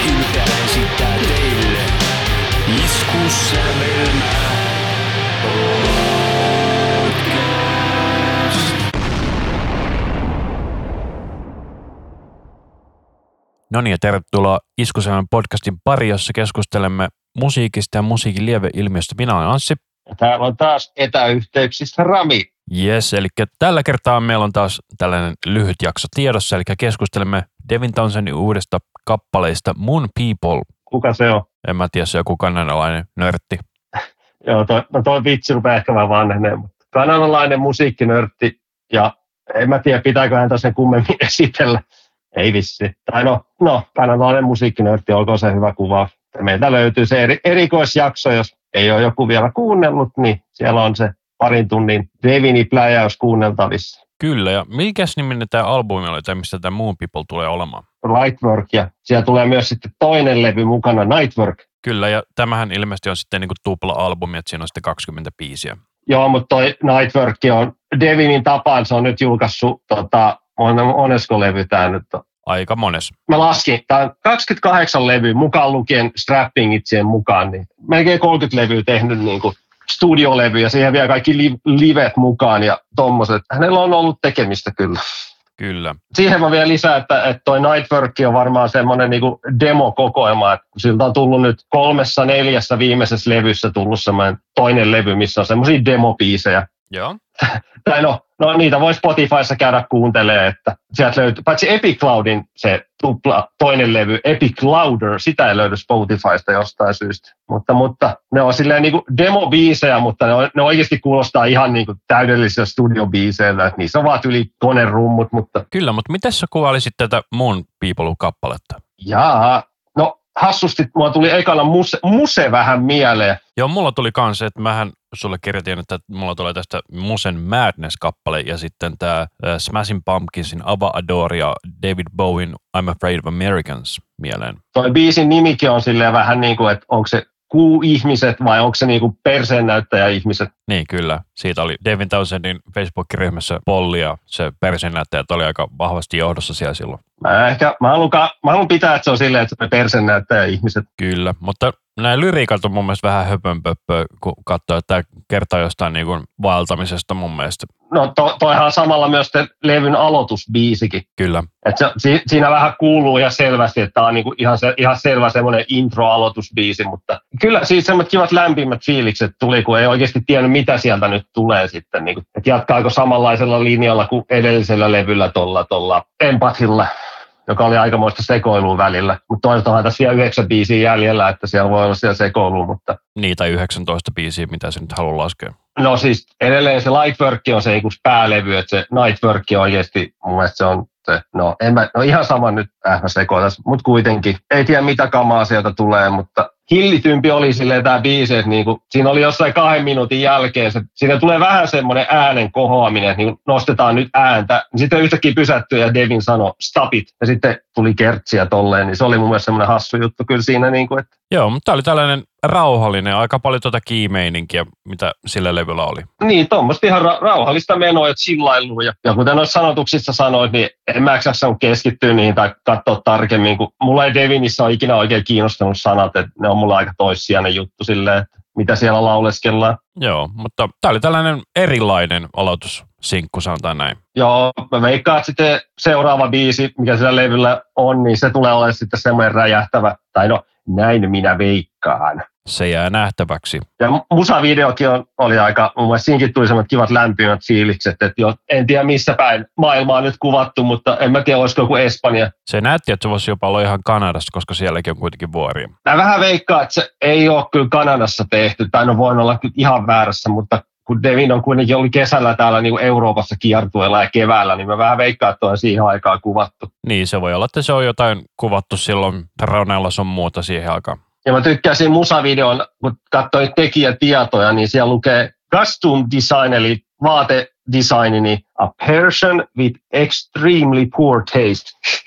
ylpeä esittää teille Iskussävelmää podcast. No niin, ja tervetuloa Iskussävelmän podcastin pari, jossa keskustelemme musiikista ja musiikin lieveilmiöstä. Minä olen Anssi. Ja täällä on taas etäyhteyksissä Rami. Jes, eli tällä kertaa meillä on taas tällainen lyhyt jakso tiedossa, eli keskustelemme Devin Townsendin uudesta kappaleista Moon People. Kuka se on? En mä tiedä, se on joku kanadalainen nörtti. Joo, toi vitsi rupeaa ehkä vähän vanheneen, mutta kanadalainen musiikkinörtti, ja en mä tiedä, pitääkö häntä sen kummemmin esitellä. Ei vissi. Tai no, kanadalainen musiikkinörtti, olkoon se hyvä kuva. Meiltä löytyy se erikoisjakso, jos ei ole joku vielä kuunnellut, niin siellä on se parin tunnin Devinin pläjäys kuunneltavissa. Kyllä, ja mikäs niminen tämä albumi oli, tai mistä tämä Moon People tulee olemaan? Lightwork, ja siellä tulee myös sitten toinen levy mukana, Nightwork. Kyllä, ja tämähän ilmeisesti on sitten niinku tupla-albumi, että siinä on sitten 20 biisiä. Joo, mutta toi Nightwork on Devinin tapaan, se on nyt julkaissut, monesko levy tämä nyt on? Aika mones. Mä laskin, tämä on 28 levyä, mukaan lukien strappingit siihen mukaan, niin melkein 30 levyä tehnyt niin kuin studiolevy ja siihen vielä kaikki livet mukaan ja tommoset. Hänellä on ollut tekemistä kyllä. Kyllä. Siihen mä vielä lisään, että toi Nightwork on varmaan semmoinen niinku demokokoelma, että siltä on tullut nyt 3-4 viimeisessä levyssä tullut semmoinen toinen levy, missä on semmoisia demobiisejä. Joo. Tai no niitä voi Spotifyssa käydä kuuntelemaan, että sieltä löytyy, paitsi Epic Cloudin se tupla toinen levy, Epic Louder, sitä ei löydy Spotifysta jostain syystä. Mutta ne on silleen niinku demobiisejä, mutta ne oikeasti kuulostaa ihan niinku täydellisillä studiobiiseillä, että niissä on vaan yli konerummut, mutta... Kyllä, mutta miten sä kuvailisit tätä Moon People-kappaletta? Jaa, no hassusti mulla tuli ekana muse vähän mieleen. Joo, mulla tuli kans, että mähän sulle kirjoitin, että mulla tulee tästä Musen Madness-kappale ja sitten tämä Smashing Pumpkinsin Ava Adore ja David Bowen I'm Afraid of Americans mieleen. Toi biisin nimikin on silleen vähän niin kuin, että onko se kuu-ihmiset vai onko se niin kuin perseennäyttäjä-ihmiset? Niin, kyllä. Siitä oli Devin Townsendin Facebook-ryhmässä polli ja se perseennäyttäjät oli aika vahvasti johdossa siellä silloin. Mä haluan pitää, että se on silleen, että se perseennäyttäjä-ihmiset. Kyllä, mutta näin lyriikat on mun mielestä vähän höpönpöppöä, kun katsoo, että tämä kertoo jostain niin kuin vaeltamisesta mun mielestä. No toihan on samalla myös levyn aloitusbiisikin. Kyllä. Että siinä vähän kuuluu ihan selvästi, että tämä on niinku ihan selvä semmoinen intro-aloitusbiisi, mutta kyllä siis semmoiset kivat lämpimät fiilikset tuli, kun ei oikeasti tiennyt, mitä sieltä nyt tulee sitten. Niinku, että jatkaako samanlaisella linjalla kuin edellisellä levyllä tuolla Empathilla, joka oli aikamoista sekoilua välillä. Mutta toisaalta onhan tässä vielä 9 biisiä jäljellä, että siellä voi olla siellä sekoilua, mutta... Niitä 19 biisiä, mitä se nyt haluaa laskea. No siis edelleen se Lightwork on se päälevy, että se Nightwork oikeasti mun mielestä se on se, ihan sama nyt, mä sekoitan, mutta kuitenkin. Ei tiedä mitä kamaa sieltä tulee, mutta hillitympi oli silleen tämä biisi, että niinku, siinä oli jossain 2 minuutin jälkeen, siinä tulee vähän semmoinen äänen kohoaminen, että niinku nostetaan nyt ääntä, niin sitten yhtäkkiä pysähtyi ja Devin sanoi stop it, ja sitten tuli kertsiä tolleen, niin se oli mun mielestä semmoinen hassu juttu kyllä siinä. Niinku, että... Joo, mutta tämä oli tällainen rauhallinen, aika paljon kiimeininkiä, mitä sillä levyllä oli. Niin, tuommoista ihan rauhallista menoa ja chillailua. Ja kuten noissa sanotuksissa sanoit, niin en mä jaksa keskittyä niihin tai katsoa tarkemmin, kun mulla ei Devinissä ole ikinä oikein kiinnostanut sanat, että ne on mulla aika toissijainen juttu silleen, että mitä siellä lauleskellaan. Joo, mutta tämä oli tällainen erilainen aloitussinkku, sanotaan näin. Joo, mä veikkaan, että sitten seuraava biisi, mikä sillä levyllä on, niin se tulee olemaan sitten semmoinen räjähtävä, tai no näin minä veikkaan. Se jää nähtäväksi. Ja musavideokin oli aika, mun mielestä siinäkin tuli semmoiset kivat lämpimät fiilikset, että en tiedä missä päin maailmaa on nyt kuvattu, mutta en mä tiedä, olisiko joku Espanja. Se näytti, että se voisi jopa olla ihan Kanadassa, koska sielläkin on kuitenkin vuoria. Mä vähän veikkaan, että se ei ole kyllä Kanadassa tehty, tai no voin olla kyllä ihan väärässä, mutta kun Devin on kuitenkin ollut kesällä täällä niin kuin Euroopassa kiertueella ja keväällä, niin mä vähän veikkaan, että on siihen aikaan kuvattu. Niin, se voi olla, että se on jotain kuvattu silloin Raunella sun muuta siihen aikaan. Ja mä tykkäsin musavideon, kun katsoin tekijätietoja, niin siellä lukee costume design, eli vaatedesigni, niin a person with extremely poor taste.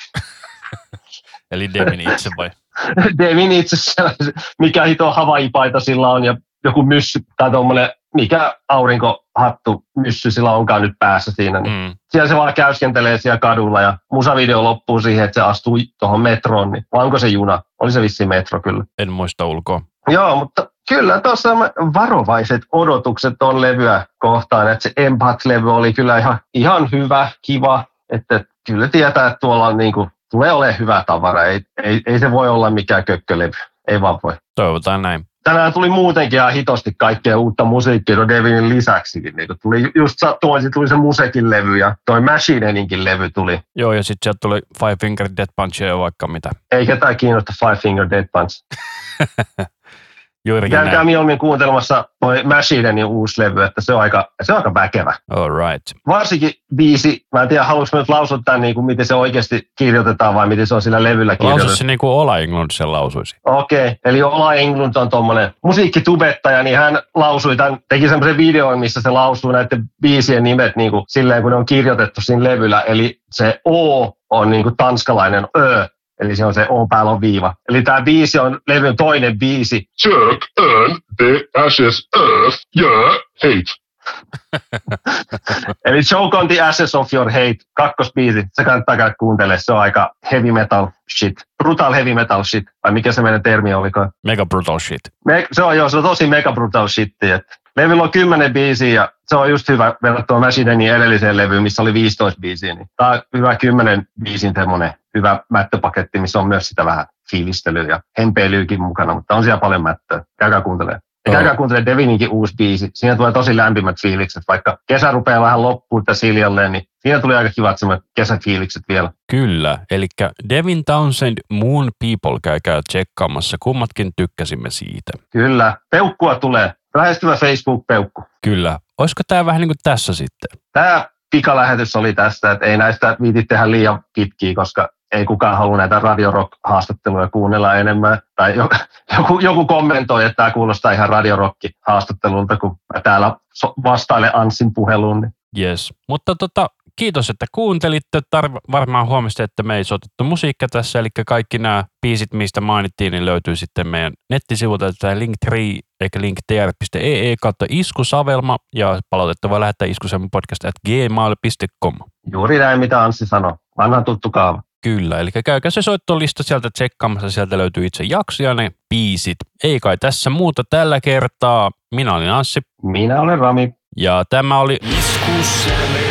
Eli Devin itse vai? Devin itse, mikä hito Hawaii-paita sillä on ja joku myssy tai tuommoinen, mikä aurinkohattu myssy sillä onkaan nyt päässä siinä. Niin siellä se vaan käyskentelee siellä kadulla ja musavideo loppuu siihen, että se astuu tuohon metroon. Niin, vai onko se juna? Oli se vissiin Metro kyllä. En muista ulkoa. Joo, mutta kyllä tuossa varovaiset odotukset on levyä kohtaan, että se Empath-levy oli kyllä ihan hyvä, kiva, että kyllä tietää, että tuolla on niinku, tulee olemaan hyvä tavara, ei se voi olla mikään kökkölevy, ei vaan voi. Toivotaan näin. Tänään tuli muutenkin ihan hitosti kaikkea uutta musiikkia tuon Devinin lisäksikin. Niin tuli just sattumoisin tuli se Musekin levy ja toi Machine Headinkin levy tuli. Joo, ja sitten sieltä tuli Five Finger Death Punch ja vaikka mitä. Ei ketään kiinnosta Five Finger Death Punch. Juurikin Käykää mieluummin kuuntelemassa toi Machine Headin uusi levy, että se on aika väkevä. All right. Varsinkin biisi, mä en tiedä haluanko nyt lausua tämän, niin kuin miten se oikeasti kirjoitetaan vai miten se on sillä levyllä kirjoitettu. Lausu se niin kuin Ola Englund sen lausuisi. Okei, eli Ola Englund on tommonen musiikkitubettaja, niin hän lausui tämän, teki semmoisen videon, missä se lausuu näiden biisien nimet niin kuin silleen, kun ne on kirjoitettu siinä levyllä. Eli se O on niin kuin tanskalainen Ö. Eli se on se O päällä on viiva. Eli tämä biisi on levyn toinen biisi. Jerk and the ashes earth, yeah, hate. Eli Choke on the Ashes of Your Hate, kakkosbiisi. Se kannattaa käydä kuuntelemaan. Se on aika heavy metal shit. Brutal heavy metal shit. Vai mikä se meidän termi olikaan? Mega brutal shit. Se on tosi mega brutal shit. Levyllä on 10 biisiä ja se on just hyvä verrattuna Machine Headin edelliseen levyyn, missä oli 15 biisiä. Niin tämä on hyvä 10 biisin semmoinen hyvä mättöpaketti, missä on myös sitä vähän fiilistelyä ja hempeilyäkin mukana, mutta on siellä paljon mättöä. Käykää kuuntelemaan. Ja käykää kuuntelemaan Devininkin uusi biisi. Siinä tulee tosi lämpimät fiilikset. Vaikka kesä rupeaa vähän loppuun tässä hiljalleen, niin siinä tuli aika kivat semmoiset kesäfiilikset vielä. Kyllä, eli Devin Townsend, Moon People, käykää tsekkaamassa. Kummatkin tykkäsimme siitä. Kyllä, peukkua tulee. Lähestyvä Facebook-peukku. Kyllä. Olisiko tämä vähän niin kuin tässä sitten? Tämä pikalähetys oli tästä, että ei näistä viiti tehdä liian pitkiä, koska ei kukaan halua näitä Radio Rock-haastatteluja kuunnella enemmän. Tai joku kommentoi, että tämä kuulostaa ihan Radio Rock-haastattelulta, kun mä täällä vastailen Anssin puheluun. Niin. Yes, mutta kiitos, että kuuntelitte. Varmaan huomasitte, että me ei soitettu musiikkia tässä, eli kaikki nämä biisit, mistä mainittiin, niin löytyy sitten meidän nettisivulta, tämä Linktree, eikä linktr.ee/iskusavelma, ja palautetta voi lähettää iskusavelmapodcast@gmail.com. Juuri näin, mitä Anssi sanoi. Vanha tuttu kaava. Kyllä, eli käykää se soittolista sieltä tsekkaamassa, sieltä löytyy itse jakso ja ne biisit. Ei kai tässä muuta tällä kertaa. Minä olin Anssi. Minä olen Rami. Ja tämä oli Iskusävel.